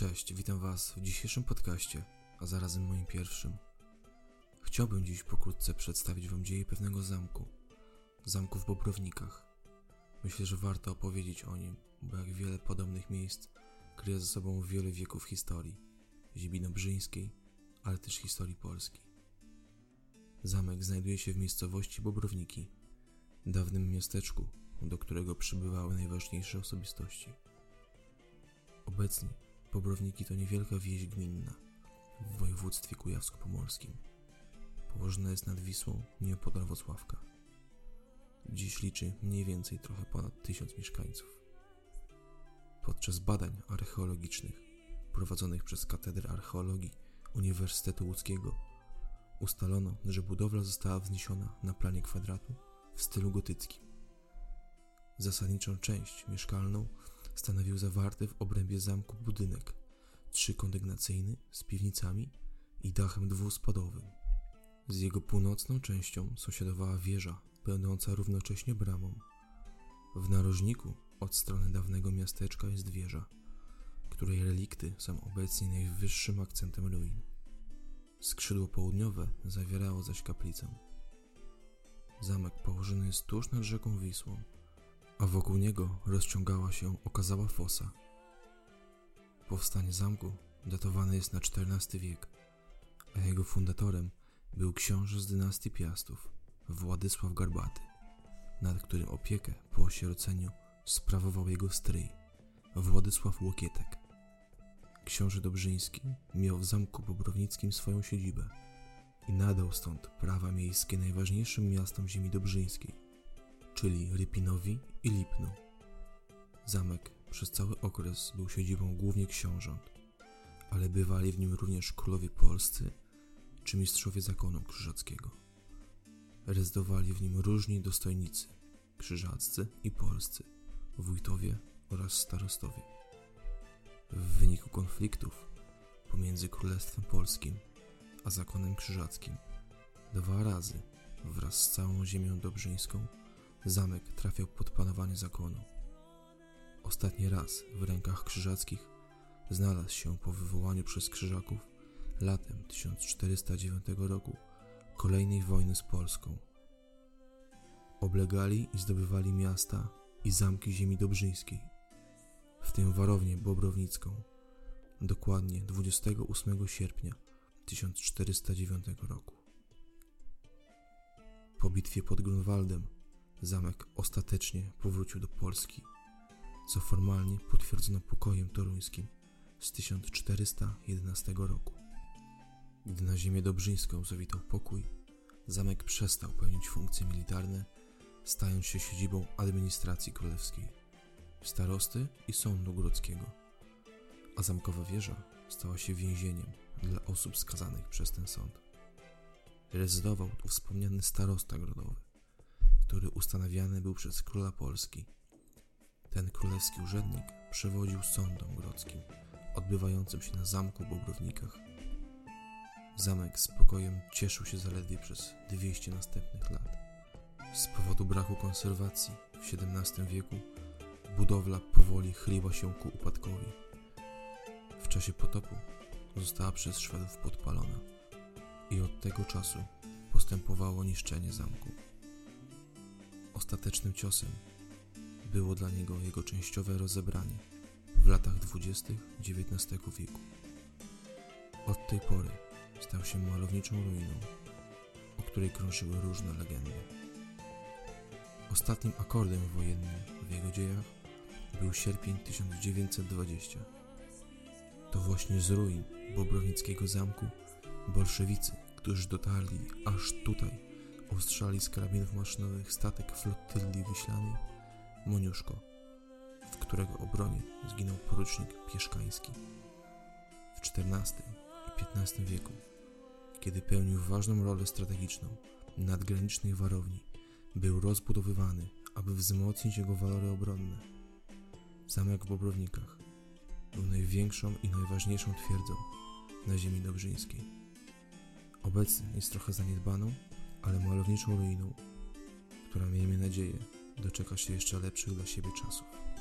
Cześć, witam Was w dzisiejszym podcaście, a zarazem moim pierwszym. Chciałbym dziś pokrótce przedstawić Wam dzieje pewnego zamku w Bobrownikach. Myślę, że warto opowiedzieć o nim, bo jak wiele podobnych miejsc kryje ze sobą wiele wieków historii, ziemi dobrzyńskiej, ale też historii Polski. Zamek znajduje się w miejscowości Bobrowniki, dawnym miasteczku, do którego przybywały najważniejsze osobistości. Obecnie Bobrowniki to niewielka wieś gminna w województwie kujawsko-pomorskim. Położona jest nad Wisłą, nieopodal Włocławka. Dziś liczy mniej więcej trochę ponad 1000 mieszkańców. Podczas badań archeologicznych prowadzonych przez Katedrę Archeologii Uniwersytetu Łódzkiego ustalono, że budowla została wzniesiona na planie kwadratu w stylu gotyckim. Zasadniczą część mieszkalną stanowił zawarty w obrębie zamku budynek trzykondygnacyjny z piwnicami i dachem dwuspadowym. Z jego północną częścią sąsiadowała wieża będąca równocześnie bramą. W narożniku od strony dawnego miasteczka jest wieża, której relikty są obecnie najwyższym akcentem ruin. Skrzydło południowe zawierało zaś kaplicę. Zamek położony jest tuż nad rzeką Wisłą, a wokół niego rozciągała się okazała fosa. Powstanie zamku datowane jest na XIV wiek, a jego fundatorem był książę z dynastii Piastów, Władysław Garbaty, nad którym opiekę po osieroceniu sprawował jego stryj, Władysław Łokietek. Książę Dobrzyński miał w zamku bobrownickim swoją siedzibę i nadał stąd prawa miejskie najważniejszym miastom ziemi dobrzyńskiej, czyli Rypinowi i Lipnu. Zamek przez cały okres był siedzibą głównie książąt, ale bywali w nim również królowie polscy czy mistrzowie zakonu krzyżackiego. Rezydowali w nim różni dostojnicy, krzyżaccy i polscy, wójtowie oraz starostowie. W wyniku konfliktów pomiędzy Królestwem Polskim a zakonem krzyżackim 2 razy wraz z całą ziemią dobrzyńską zamek trafiał pod panowanie zakonu. Ostatni raz w rękach krzyżackich znalazł się po wywołaniu przez Krzyżaków latem 1409 roku kolejnej wojny z Polską. Oblegali i zdobywali miasta i zamki ziemi dobrzyńskiej, w tym warownię bobrownicką, dokładnie 28 sierpnia 1409 roku. Po bitwie pod Grunwaldem zamek ostatecznie powrócił do Polski, co formalnie potwierdzono pokojem toruńskim z 1411 roku. Gdy na ziemię dobrzyńską zawitał pokój, zamek przestał pełnić funkcje militarne, stając się siedzibą administracji królewskiej, starosty i sądu grodzkiego, a zamkowa wieża stała się więzieniem dla osób skazanych przez ten sąd. Rezydował tu wspomniany starosta grodowy, który ustanawiany był przez króla Polski. Ten królewski urzędnik przewodził sądom grodzkim, odbywającym się na zamku w Bobrownikach. Zamek spokojem cieszył się zaledwie przez 200 następnych lat. Z powodu braku konserwacji w XVII wieku budowla powoli chyliła się ku upadkowi. W czasie potopu została przez Szwedów podpalona i od tego czasu postępowało niszczenie zamku. Ostatecznym ciosem było dla niego jego częściowe rozebranie w latach 20. XIX wieku. Od tej pory stał się malowniczą ruiną, o której krążyły różne legendy. Ostatnim akordem wojennym w jego dziejach był sierpień 1920. To właśnie z ruin bobrownickiego zamku bolszewicy, którzy dotarli aż tutaj, ostrzeli z karabinów maszynowych statek flotylli wiślanej Moniuszko, w którego obronie zginął porucznik Pieszkański. W XIV i XV wieku, kiedy pełnił ważną rolę strategiczną nadgranicznej warowni, był rozbudowywany, aby wzmocnić jego walory obronne. Zamek w Bobrownikach był największą i najważniejszą twierdzą na ziemi dobrzyńskiej. Obecnie jest trochę zaniedbaną, ale malowniczą ruiną, która, miejmy nadzieję, doczeka się jeszcze lepszych dla siebie czasów.